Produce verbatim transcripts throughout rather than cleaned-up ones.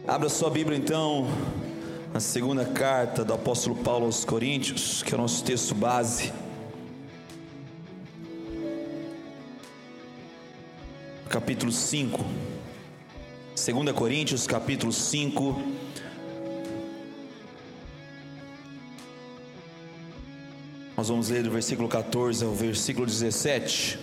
Abra sua Bíblia então na segunda carta do apóstolo Paulo aos Coríntios, que é o nosso texto base. Capítulo cinco. segunda Coríntios, capítulo cinco. Nós vamos ler do versículo catorze ao versículo dezessete.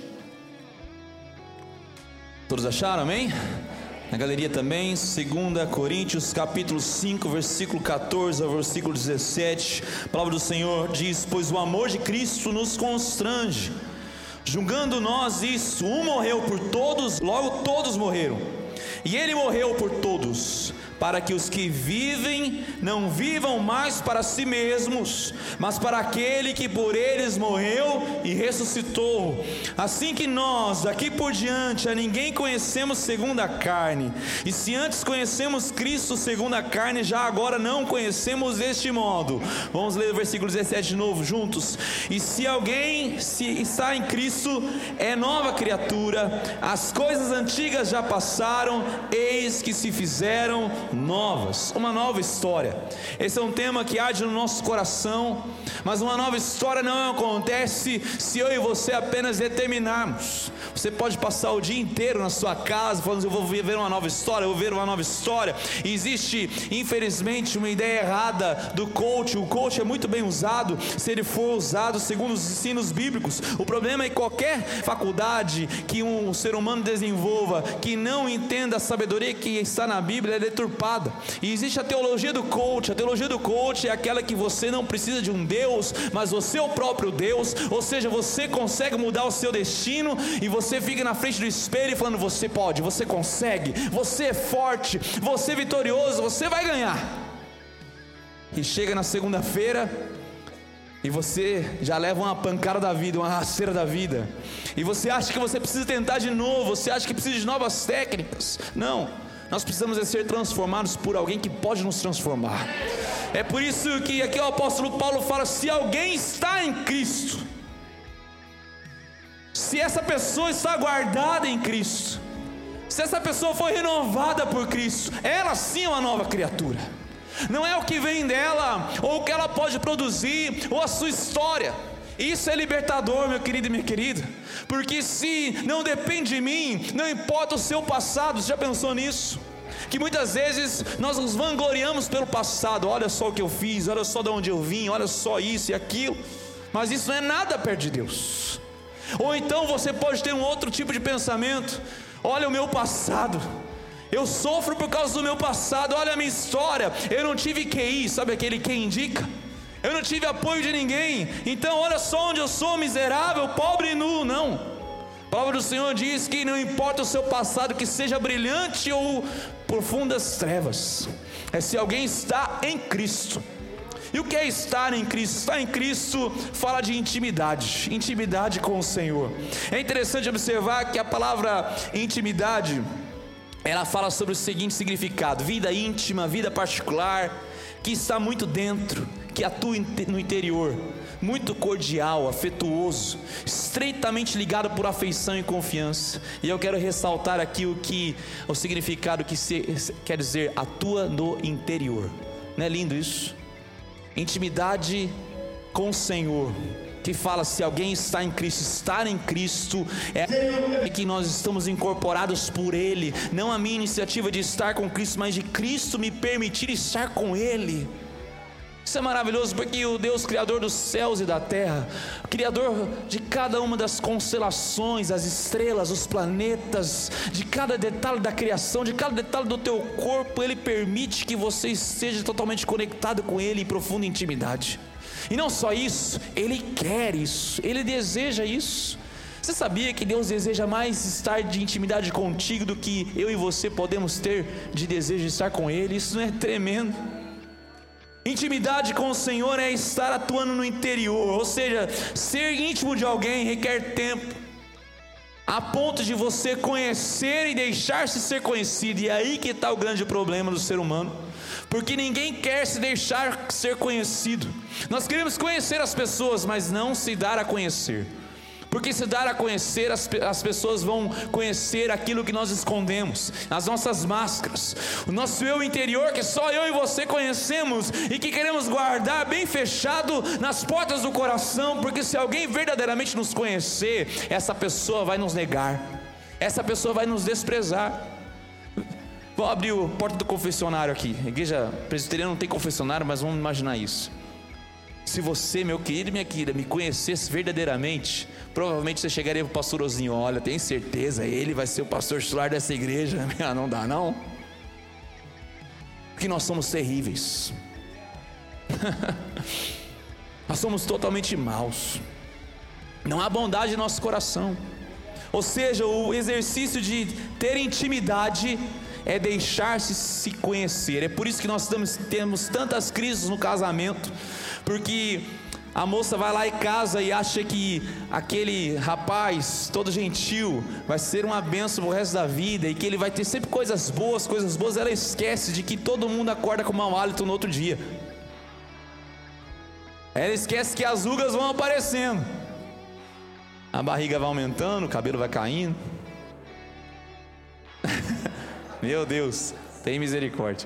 Todos acharam, amém? Na galeria também, segunda Coríntios capítulo cinco, versículo catorze ao versículo dezessete. A palavra do Senhor diz: pois o amor de Cristo nos constrange, julgando nós isso, um morreu por todos, logo todos morreram, e ele morreu por todos, para que os que vivem não vivam mais para si mesmos, mas para aquele que por eles morreu e ressuscitou. Assim que nós, daqui por diante, a ninguém conhecemos segundo a carne, e se antes conhecemos Cristo segundo a carne, já agora não conhecemos deste modo. Vamos ler o versículo dezessete de novo, juntos. E se alguém se está em Cristo, é nova criatura, as coisas antigas já passaram, eis que se fizeram novas. Uma nova história. Esse é um tema que arde no nosso coração, mas uma nova história não acontece se eu e você apenas determinarmos. Você pode passar o dia inteiro na sua casa falando: eu vou viver uma nova história, eu vou ver uma nova história. E existe, infelizmente, uma ideia errada do coach. O coach é muito bem usado se ele for usado segundo os ensinos bíblicos. O problema é que qualquer faculdade que um ser humano desenvolva que não entenda a sabedoria que está na Bíblia é deturpada. E existe a teologia do coach. A teologia do coach é aquela que você não precisa de um Deus, mas você é o próprio Deus. Ou seja, você consegue mudar o seu destino, e você fica na frente do espelho falando: você pode, você consegue, você é forte, você é vitorioso, você vai ganhar. E chega na segunda-feira e você já leva uma pancada da vida, uma rasteira da vida, e você acha que você precisa tentar de novo, você acha que precisa de novas técnicas. Não, nós precisamos é ser transformados por alguém que pode nos transformar. É por isso que aqui o apóstolo Paulo fala: se alguém está em Cristo, se essa pessoa está guardada em Cristo, se essa pessoa foi renovada por Cristo, ela sim é uma nova criatura. Não é o que vem dela, ou o que ela pode produzir, ou a sua história. Isso é libertador, meu querido e minha querida, porque se não depende de mim, não importa o seu passado. Você já pensou nisso? Que muitas vezes nós nos vangloriamos pelo passado: olha só o que eu fiz, olha só de onde eu vim, olha só isso e aquilo. Mas isso não é nada perto de Deus. Ou então você pode ter um outro tipo de pensamento: olha o meu passado, eu sofro por causa do meu passado, olha a minha história, eu não tive Q I, sabe aquele que indica? Eu não tive apoio de ninguém, então olha só onde eu sou, miserável, pobre e nu. Não, a palavra do Senhor diz que não importa o seu passado, que seja brilhante ou profundas trevas, é se alguém está em Cristo. E o que é estar em Cristo? Estar em Cristo fala de intimidade, intimidade com o Senhor. É interessante observar que a palavra intimidade, ela fala sobre o seguinte significado: vida íntima, vida particular, que está muito dentro, que atua no interior, muito cordial, afetuoso, estreitamente ligado por afeição e confiança. E eu quero ressaltar aqui o que o significado que se, quer dizer atua no interior. Não é lindo isso? Intimidade com o Senhor, que fala: se alguém está em Cristo, estar em Cristo é que nós estamos incorporados por Ele. Não a minha iniciativa de estar com Cristo, mas de Cristo me permitir estar com Ele. Isso é maravilhoso, porque o Deus criador dos céus e da terra, criador de cada uma das constelações, as estrelas, os planetas, de cada detalhe da criação, de cada detalhe do teu corpo, Ele permite que você esteja totalmente conectado com Ele em profunda intimidade. E não só isso, Ele quer isso, Ele deseja isso. Você sabia que Deus deseja mais estar de intimidade contigo do que eu e você podemos ter de desejo de estar com Ele? Isso não é tremendo? Intimidade com o Senhor é estar atuando no interior, ou seja, ser íntimo de alguém requer tempo, a ponto de você conhecer e deixar-se ser conhecido. E é aí que está o grande problema do ser humano, porque ninguém quer se deixar ser conhecido. Nós queremos conhecer as pessoas, mas não se dar a conhecer. Porque se dar a conhecer, as, as pessoas vão conhecer aquilo que nós escondemos, as nossas máscaras, o nosso eu interior que só eu e você conhecemos e que queremos guardar bem fechado nas portas do coração, porque se alguém verdadeiramente nos conhecer, essa pessoa vai nos negar, essa pessoa vai nos desprezar. Vou abrir a porta do confessionário aqui. A igreja presbiteriana não tem confessionário, mas vamos imaginar isso. Se você, meu querido e minha querida, me conhecesse verdadeiramente, provavelmente você chegaria para o pastor Ozinho: olha, tem certeza, ele vai ser o pastor titular dessa igreja? Ah, não dá não, porque nós somos terríveis. Nós somos totalmente maus, não há bondade em nosso coração. Ou seja, o exercício de ter intimidade é deixar-se se conhecer. É por isso que nós temos, temos tantas crises no casamento, porque a moça vai lá e casa e acha que aquele rapaz todo gentil vai ser uma bênção pro resto da vida, e que ele vai ter sempre coisas boas, coisas boas. Ela esquece de que todo mundo acorda com mau hálito no outro dia. Ela esquece que as rugas vão aparecendo, a barriga vai aumentando, o cabelo vai caindo. Meu Deus, tem misericórdia.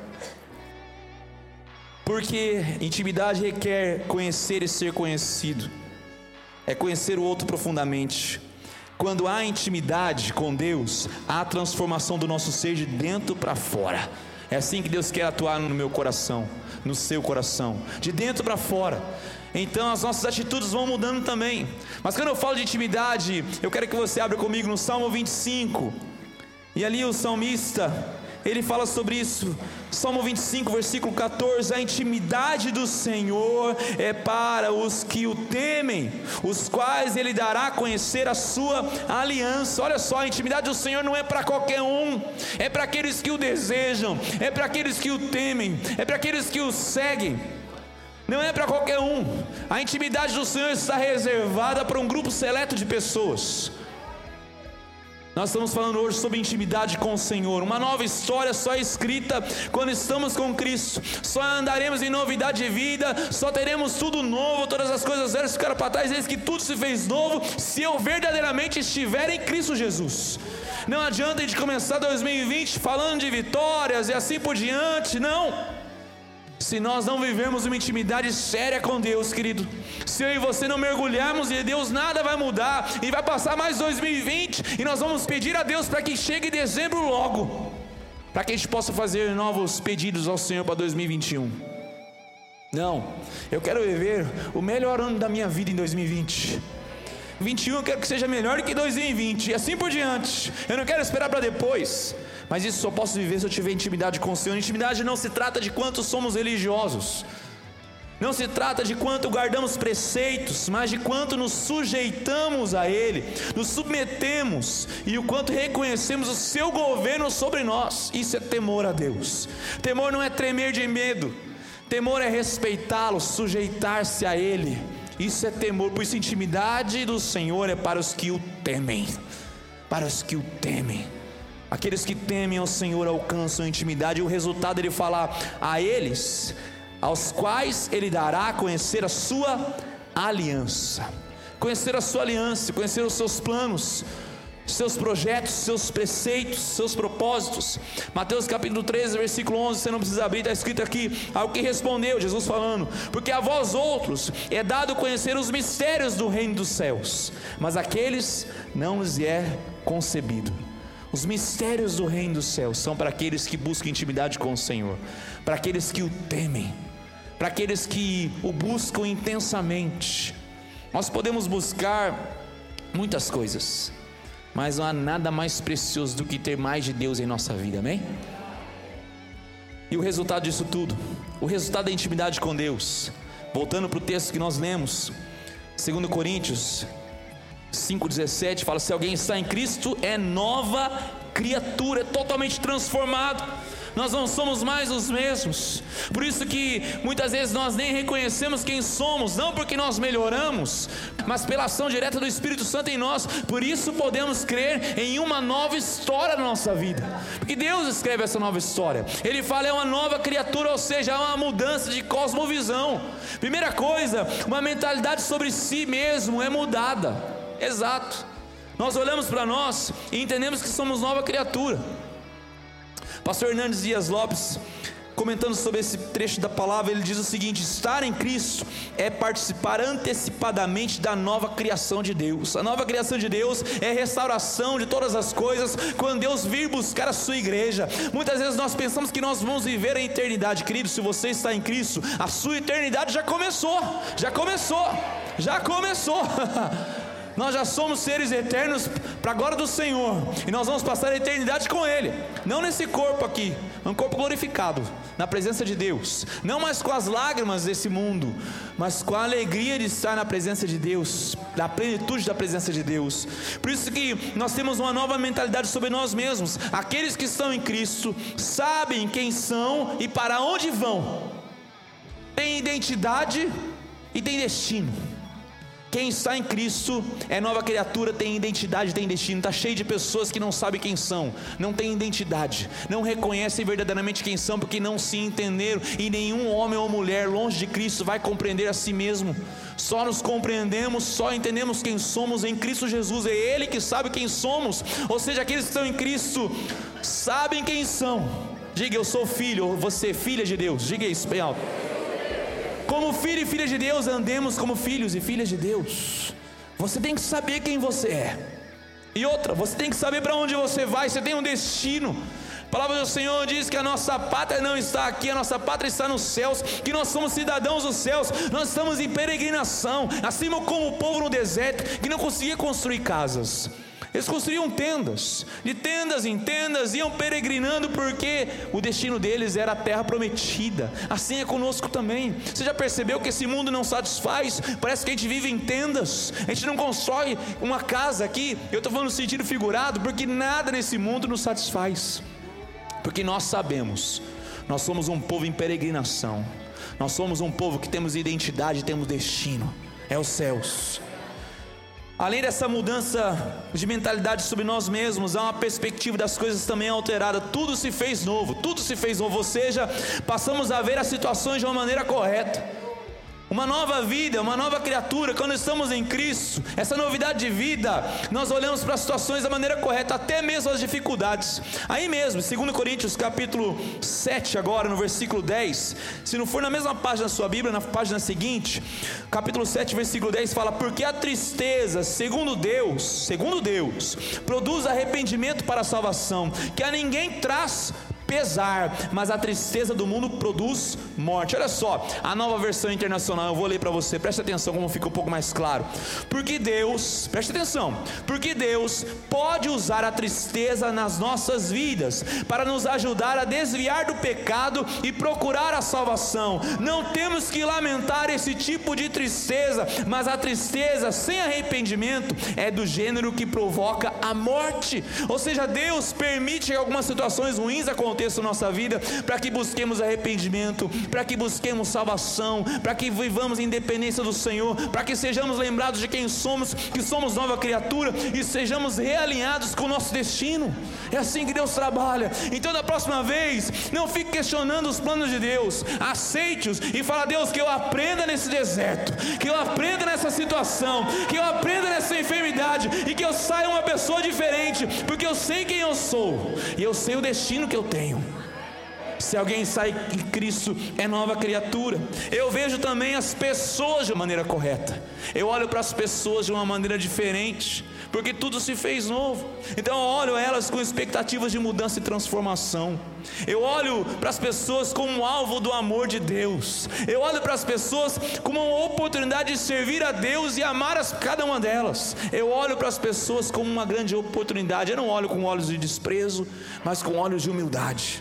Porque intimidade requer conhecer e ser conhecido, é conhecer o outro profundamente. Quando há intimidade com Deus, há a transformação do nosso ser de dentro para fora. É assim que Deus quer atuar no meu coração, no seu coração, de dentro para fora. Então as nossas atitudes vão mudando também. Mas quando eu falo de intimidade, eu quero que você abra comigo no Salmo vinte e cinco. E ali o salmista, ele fala sobre isso. Salmo vinte e cinco, versículo catorze: a intimidade do Senhor é para os que o temem, os quais Ele dará a conhecer a sua aliança. Olha só, a intimidade do Senhor não é para qualquer um, é para aqueles que o desejam, é para aqueles que o temem, é para aqueles que o seguem. Não é para qualquer um. A intimidade do Senhor está reservada para um grupo seleto de pessoas. Nós estamos falando hoje sobre intimidade com o Senhor. Uma nova história só é escrita quando estamos com Cristo. Só andaremos em novidade de vida, só teremos tudo novo, todas as coisas velhas ficaram para trás, eis que tudo se fez novo, se eu verdadeiramente estiver em Cristo Jesus. Não adianta a gente começar dois mil e vinte falando de vitórias e assim por diante, não. Se nós não vivemos uma intimidade séria com Deus, querido, se eu e você não mergulharmos em Deus, nada vai mudar, e vai passar mais dois mil e vinte, e nós vamos pedir a Deus para que chegue dezembro logo, para que a gente possa fazer novos pedidos ao Senhor para dois mil e vinte e um. Não, eu quero viver o melhor ano da minha vida em dois mil e vinte. vinte e um eu quero que seja melhor que dois mil e vinte, e assim por diante. Eu não quero esperar para depois, mas isso só posso viver se eu tiver intimidade com o Senhor. Intimidade não se trata de quanto somos religiosos, não se trata de quanto guardamos preceitos, mas de quanto nos sujeitamos a Ele, nos submetemos, e o quanto reconhecemos o seu governo sobre nós. Isso é temor a Deus. Temor não é tremer de medo, temor é respeitá-lo, sujeitar-se a Ele. Isso é temor. Por isso intimidade do Senhor é para os que o temem, para os que o temem. Aqueles que temem ao Senhor alcançam intimidade, e o resultado Ele fala: a eles, aos quais Ele dará a conhecer a sua aliança. Conhecer a sua aliança, conhecer os seus planos, seus projetos, seus preceitos, seus propósitos. Mateus capítulo treze, versículo onze, você não precisa abrir, está escrito aqui: ao que respondeu, Jesus falando: porque a vós outros é dado conhecer os mistérios do reino dos céus, mas aqueles não lhes é concebido. Os mistérios do reino dos céus são para aqueles que buscam intimidade com o Senhor, para aqueles que o temem, para aqueles que o buscam intensamente. Nós podemos buscar muitas coisas, mas não há nada mais precioso do que ter mais de Deus em nossa vida, amém? E o resultado disso tudo, o resultado da intimidade com Deus, voltando para o texto que nós lemos, dois Coríntios cinco, dezessete, fala: se alguém está em Cristo, é nova criatura, é totalmente transformado. Nós não somos mais os mesmos. Por isso que muitas vezes nós nem reconhecemos quem somos, não porque nós melhoramos, mas pela ação direta do Espírito Santo em nós. Por isso podemos crer em uma nova história na nossa vida, porque Deus escreve essa nova história. Ele fala: é uma nova criatura, ou seja, é uma mudança de cosmovisão. Primeira coisa, uma mentalidade sobre si mesmo é mudada. Exato. Nós olhamos para nós e entendemos que somos nova criatura. Pastor Hernandes Dias Lopes, comentando sobre esse trecho da palavra, ele diz o seguinte: estar em Cristo é participar antecipadamente da nova criação de Deus. A nova criação de Deus é a restauração de todas as coisas, quando Deus vir buscar a sua igreja. Muitas vezes nós pensamos que nós vamos viver a eternidade. Querido, se você está em Cristo, a sua eternidade já começou, já começou, já começou. Nós já somos seres eternos para a glória do Senhor, e nós vamos passar a eternidade com Ele, não nesse corpo aqui, um corpo glorificado, na presença de Deus, não mais com as lágrimas desse mundo, mas com a alegria de estar na presença de Deus, da plenitude da presença de Deus. Por isso que nós temos uma nova mentalidade sobre nós mesmos. Aqueles que estão em Cristo sabem quem são e para onde vão, têm identidade e têm destino. Quem está em Cristo é nova criatura, tem identidade, tem destino. Está cheio de pessoas que não sabem quem são, não têm identidade, não reconhecem verdadeiramente quem são, porque não se entenderam. E nenhum homem ou mulher longe de Cristo vai compreender a si mesmo. Só nos compreendemos, só entendemos quem somos em Cristo Jesus. É Ele que sabe quem somos. Ou seja, aqueles que estão em Cristo sabem quem são. Diga: eu sou filho, ou você é filha de Deus. Diga isso bem alto. Como filho e filha de Deus, andemos como filhos e filhas de Deus. Você tem que saber quem você é. E outra, você tem que saber para onde você vai. Você tem um destino. A palavra do Senhor diz que a nossa pátria não está aqui, a nossa pátria está nos céus, que nós somos cidadãos dos céus. Nós estamos em peregrinação, assim como o povo no deserto, que não conseguia construir casas. Eles construíam tendas, de tendas em tendas, iam peregrinando, porque o destino deles era a terra prometida. Assim é conosco também. Você já percebeu que esse mundo não satisfaz? Parece que a gente vive em tendas, a gente não constrói uma casa aqui. Eu estou falando no sentido figurado, porque nada nesse mundo nos satisfaz. Porque nós sabemos, nós somos um povo em peregrinação, nós somos um povo que temos identidade, temos destino, é os céus. Além dessa mudança de mentalidade sobre nós mesmos, há uma perspectiva das coisas também alterada. Tudo se fez novo, tudo se fez novo, ou seja, passamos a ver as situações de uma maneira correta. Uma nova vida, uma nova criatura. Quando estamos em Cristo, essa novidade de vida, nós olhamos para as situações da maneira correta, até mesmo as dificuldades. Aí mesmo, segundo Coríntios capítulo sete, agora no versículo dez, se não for na mesma página da sua Bíblia, na página seguinte, capítulo sete, versículo dez, fala: porque a tristeza, segundo Deus, segundo Deus, produz arrependimento para a salvação, que a ninguém traz pesar, mas a tristeza do mundo produz morte. Olha só, a nova versão internacional, eu vou ler para você, preste atenção como fica um pouco mais claro. Porque Deus, preste atenção, porque Deus pode usar a tristeza nas nossas vidas, para nos ajudar a desviar do pecado e procurar a salvação. Não temos que lamentar esse tipo de tristeza, mas a tristeza sem arrependimento é do gênero que provoca a morte. Ou seja, Deus permite que algumas situações ruins aconteçam na nossa vida, para que busquemos arrependimento, para que busquemos salvação, para que vivamos em dependência do Senhor, para que sejamos lembrados de quem somos, que somos nova criatura, e sejamos realinhados com o nosso destino. É assim que Deus trabalha. Então, da próxima vez, não fique questionando os planos de Deus, aceite-os e fala: Deus, que eu aprenda nesse deserto, que eu aprenda nessa situação, que eu aprenda nessa enfermidade, e que eu saia uma pessoa diferente, porque eu sei quem eu sou, e eu sei o destino que eu tenho. Se alguém sai em Cristo, é nova criatura. Eu vejo também as pessoas de maneira correta. Eu olho para as pessoas de uma maneira diferente, porque tudo se fez novo. Então eu olho elas com expectativas de mudança e transformação. Eu olho para as pessoas como alvo do amor de Deus. Eu olho para as pessoas como uma oportunidade de servir a Deus e amar as, cada uma delas. Eu olho para as pessoas como uma grande oportunidade. Eu não olho com olhos de desprezo, mas com olhos de humildade.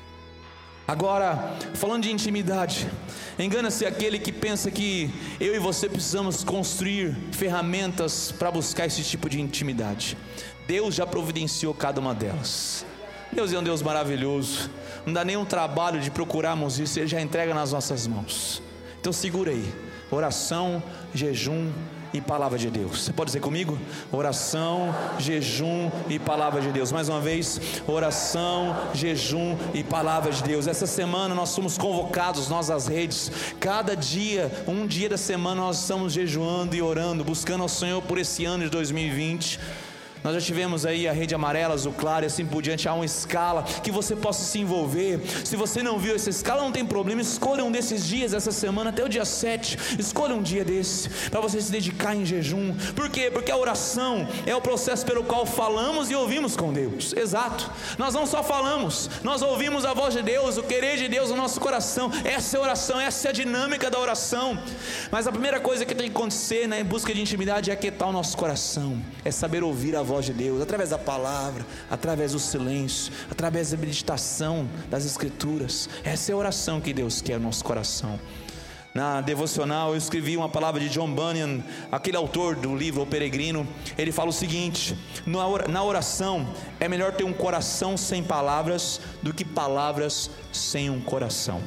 Agora, falando de intimidade, engana-se aquele que pensa que eu e você precisamos construir ferramentas para buscar esse tipo de intimidade. Deus já providenciou cada uma delas. Deus é um Deus maravilhoso, não dá nenhum trabalho de procurarmos isso, Ele já entrega nas nossas mãos. Então segura aí, Oração, jejum e palavra de Deus. Você pode dizer comigo? Oração, jejum e palavra de Deus. Mais uma vez, oração, jejum e palavra de Deus. Essa semana nós somos convocados, nós as redes, cada dia, um dia da semana nós estamos jejuando e orando, buscando ao Senhor por esse ano de dois mil e vinte. Nós já tivemos aí a Rede Amarela, Azul Claro e assim por diante. Há uma escala que você possa se envolver. Se você não viu essa escala, não tem problema, escolha um desses dias, essa semana, até o dia sete, escolha um dia desse, para você se dedicar em jejum. Por quê? Porque a oração é o processo pelo qual falamos e ouvimos com Deus. Exato, nós não só falamos, nós ouvimos a voz de Deus, o querer de Deus no nosso coração. Essa é a oração, essa é a dinâmica da oração. Mas a primeira coisa que tem que acontecer, né, em busca de intimidade, é aquietar o nosso coração, é saber ouvir a voz de Deus, através da palavra, através do silêncio, através da meditação das Escrituras. Essa é a oração que Deus quer no nosso coração. Na devocional eu escrevi uma palavra de John Bunyan, aquele autor do livro O Peregrino. Ele fala o seguinte: na oração é melhor ter um coração sem palavras do que palavras sem um coração.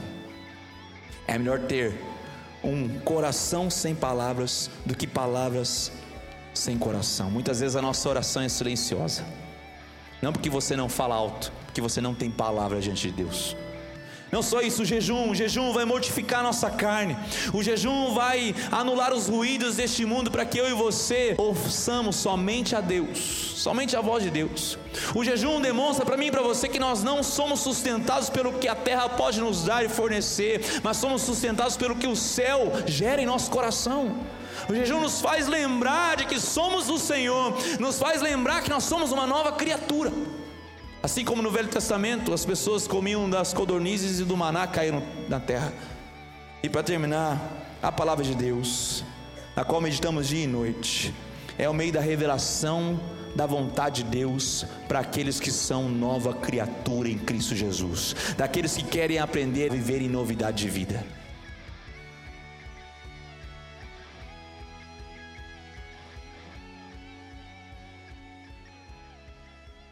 É melhor ter um coração sem palavras do que palavras sem coração. Muitas vezes a nossa oração é silenciosa, não porque você não fala alto, porque você não tem palavra diante de Deus. Não só isso, o jejum, o jejum vai mortificar a nossa carne, o jejum vai anular os ruídos deste mundo, para que eu e você ouçamos somente a Deus, somente a voz de Deus. O jejum demonstra para mim e para você que nós não somos sustentados pelo que a terra pode nos dar e fornecer, mas somos sustentados pelo que o céu gera em nosso coração. O jejum nos faz lembrar de que somos do Senhor, nos faz lembrar que nós somos uma nova criatura. Assim como no Velho Testamento as pessoas comiam das codornizes e do maná caíram na terra. E para terminar, a palavra de Deus, na qual meditamos dia e noite, é o meio da revelação da vontade de Deus para aqueles que são nova criatura em Cristo Jesus, daqueles que querem aprender a viver em novidade de vida.